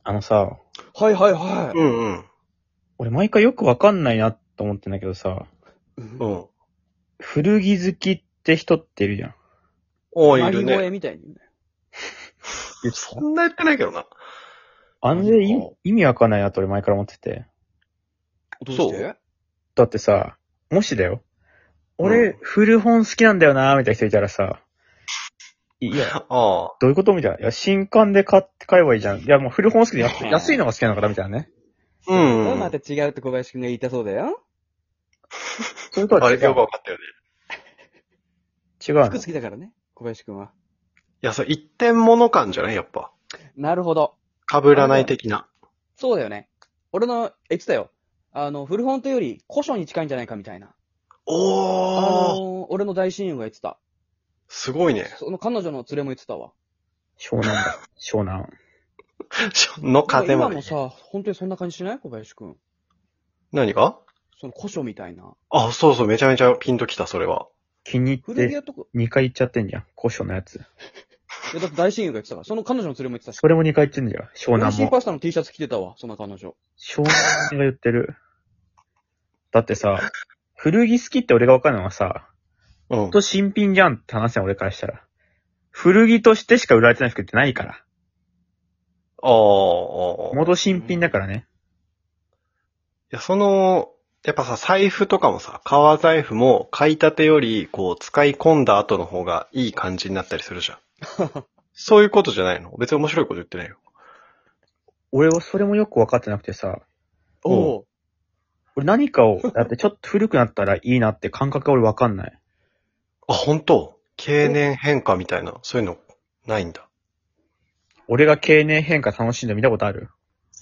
あのさ、 はいはいはうんうん。 俺毎回よくわかんないなと思ってんだけどさ、 い。 うん。 古着好きって人っているじゃん。 おー、いマリ声るね。 みたいにね。 そんな言ってないけどな。 あんでマジか意味わかんないなと俺前から思ってて。 どうしてだってさ、もしだよ。 うん俺、古本好きなんだよなーみたいな人いたらさ、いや、 ああ。 どういうことみたいな。いや、新刊で買えばいいじゃん。いや、もう古本好きで安いのが好きなのかなみたいなね。 うん。 また違うって小林くんが言いたそうだよ。 そういうことは違あれでよくう。 わかったよね。 違うの服好きだからね、小林くんは。 いや、それ一点物感じゃないやっぱ。 なるほど。 被らない的な。 そうだよね。俺の言ってたよ。古本というより古書に近いんじゃないかみたいな。 おー。 俺の大親友が言ってた。 すごいね。 その彼女の連れも言ってたわ。 湘南だ。湘南。 の風まで今も。さ、本当にそんな感じしない小林くん。 何がその古書みたいな。 あ、そうそう、めちゃめちゃピンときた、それは。 気に入って古着屋とか、 2回行っちゃってんじゃん。古書のやつ。 だって大親友が言ってたから。その彼女の連れも言ってたし。 それも2回行ってんじゃん。湘美味南も。 しいパスタの T シャツ着てたわ、そんな彼女。 湘南が言ってる。だってさ、古着好きって俺がわかるのはさ、 うんほんと新品じゃんって話だよ、俺からしたら。古着としてしか売られてない服ってないから。 ああ。 元新品だからね。 いや、やっぱさ、財布とかもさ、革財布も買いたてより、こう、使い込んだ後の方がいい感じになったりするじゃん。そういうことじゃないの？別に面白いこと言ってないよ。 俺はそれもよくわかってなくてさ、 おう。 俺何かを、だってちょっと古くなったらいいなって感覚が俺わかんない。 あ、本当？経年変化みたいな、そういうのないんだ。 俺が経年変化楽しんで見たことある？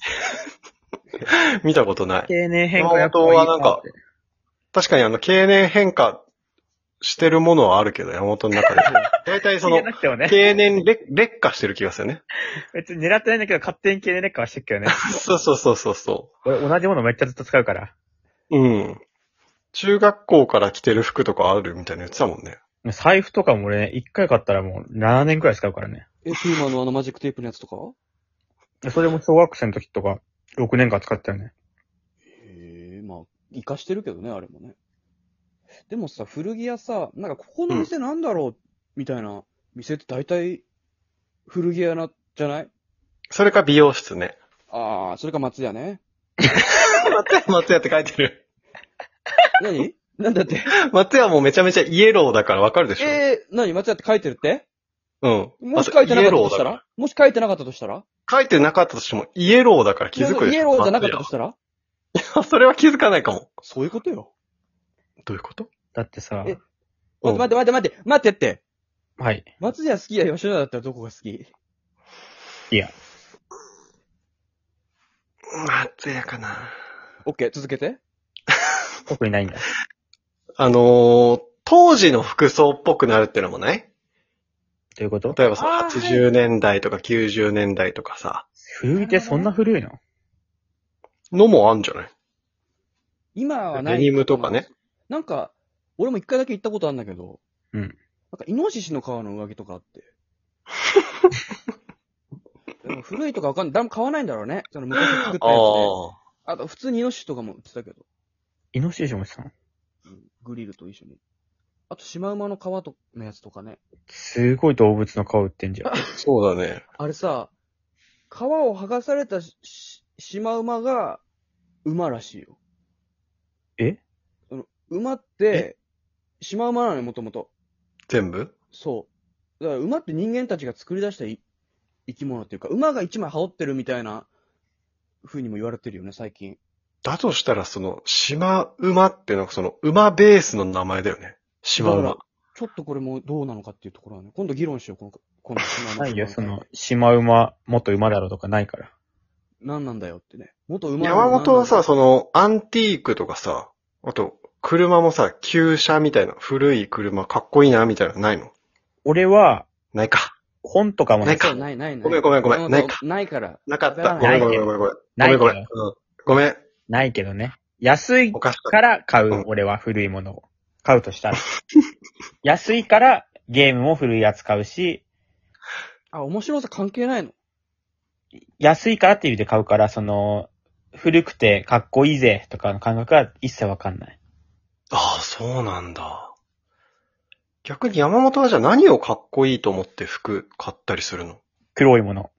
見たことない。 経年変化やった方がいい山本はなんかって。 確かに経年変化してるものはあるけど、山本の中で。大体そじゃの、 なくてもね、 経年劣化してる気がするね。 別に狙ってないんだけど勝手に経年劣化はしてるけどね。 そうそうそうそうそ俺同じものめっちゃずっと使うから。 う。うん。中学校から着てる服とかあるみたいな言ってたもんね。 財布とかも俺ね、1回買ったらもう7年くらい使うからね。 プーマのマジックテープのやつとかそれも小学生の時とか、6年間使ってたよね。 へえ、まあ、活かしてるけどね、あれもね。でもさ、古着屋さ、なんかここの店なんだろう、みたいな店って大体古着屋じゃない？ それか美容室ね。 ああ、それか松屋ね。 松屋って書いてる。 何なんだって。 松屋もめちゃめちゃイエローだからわかるでしょ。 何松屋って書いてるって？ うん。 もし書いてなかったとしたイエローだらもし書いてなかったとしたら書いてなかったとしてもイエローだから気づくでしょ。 イエローじゃなかったとしたら松屋それは気づかないかも。 そういうことよ。 どういうこと？ だってさ、 え待ってって。 はい。 松屋好きや吉野家だったらどこが好き？ いや、 松屋かな。 オッケー、続けて。 特にないんだ。 当時の服装っぽくなるってのもない？ どういうこと？ 例えばさ、 あー 80年代とか90年代とかさ、 古着ってそんな古いの？ のもあんじゃない？ 今はない。 デニムとかね。 なんか、俺も一回だけ行ったことあるんだけど、 うん。 なんか、イノシシの皮の上着とかあって。でも古いとかわかんない。誰も買わないんだろうね。その昔作ったやつで。あと、普通にイノシシとかも売ってたけど。 イノシシもしたの？ グリルと一緒に。あと、シマウマの皮のやつとかね。 すごい動物の顔売ってんじゃん。 そうだね。 あれさ、皮を剥がされたシマウマが馬らしいよ。 え？ 馬って、シマウマなのよ、もともと。 全部？ そう。だから馬って人間たちが作り出した生き物っていうか、馬が一枚羽織ってるみたいな風にも言われてるよね、最近。 だとしたら、シマ馬ってのは馬ベースの名前だよね。シマ馬だか。ちょっとこれもどうなのかっていうところはね、今度議論しよう、今度シマウマ。 ないよ、シマウマ、元馬だろとかないから。 何なんだよってね。元馬山本はさ、 そアンティークとかさ、あと、車もさ、旧車みたいな、古い車かっこいいな、みたいなのないの？ 俺は、 ないか。 本とかもないかう、ない。 ごめんないか。 ないから。 なかった。ごないめん。ごめん。 ないごめん。うん。ごめん。 ないけどね。安いおかしかっから買う、 うん俺は古いものを。買うとしたら。安いからゲームも古いやつ買うし、 あ、面白さ関係ないの？ 安いからっていう意味で買うから、古くてかっこいいぜとかの感覚は一切わかんない。 ああ、そうなんだ。逆に山本はじゃあ何をかっこいいと思って服買ったりするの？ 黒いもの。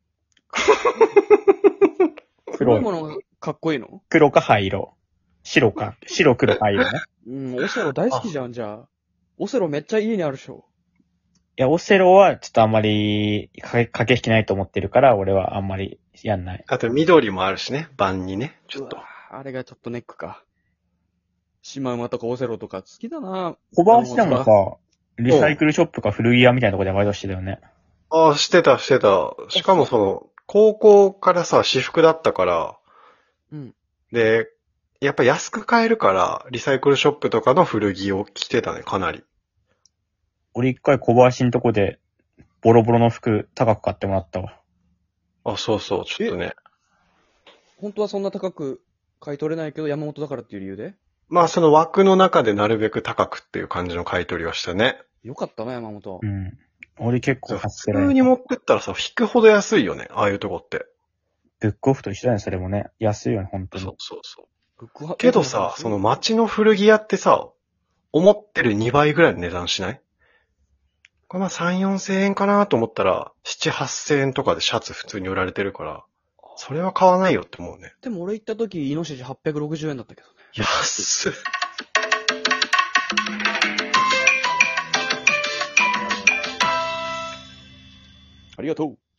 黒いものがかっこいいの？ 黒か灰色。白黒灰色ね。 うん、オセロ大好きじゃん、じゃあ。オセロめっちゃ家にあるでしょ。 いや、オセロはちょっとあんまり駆け引きないと思ってるから、俺はあんまりやんない。 あと緑もあるしね、盤にね、ちょっとうわ。あれがちょっとネックか。シマウマとかオセロとか好きだな。 小林でもさ、リサイクルショップか古着屋みたいなとこでバイトしてたよね。 ああ、してた。しかも高校からさ、私服だったから、 うん。 で、やっぱ安く買えるから、リサイクルショップとかの古着を着てたね、かなり。 俺一回小林のとこで、ボロボロの服高く買ってもらったわ。 あ、そうそう、ちょっとね。 本当はそんな高く買い取れないけど山本だからっていう理由で？ まあその枠の中でなるべく高くっていう感じの買い取りはしたね。 よかったな、山本う。ん。俺結構普買ってる。 通に持ってったらさ、引くほど安いよね、ああいうとこって。 ブックオフと一緒だよね、それもね。安いよね、本当に。 そう。けどさ、その街の古着屋ってさ、思ってる2倍ぐらいの値段しない？これまあ3、4千円かなと思ったら、7、8千円とかでシャツ普通に売られてるから、それは買わないよって思うね。 でも俺行った時、イノシシ860円だったけどね。 安っ。 ありがとう。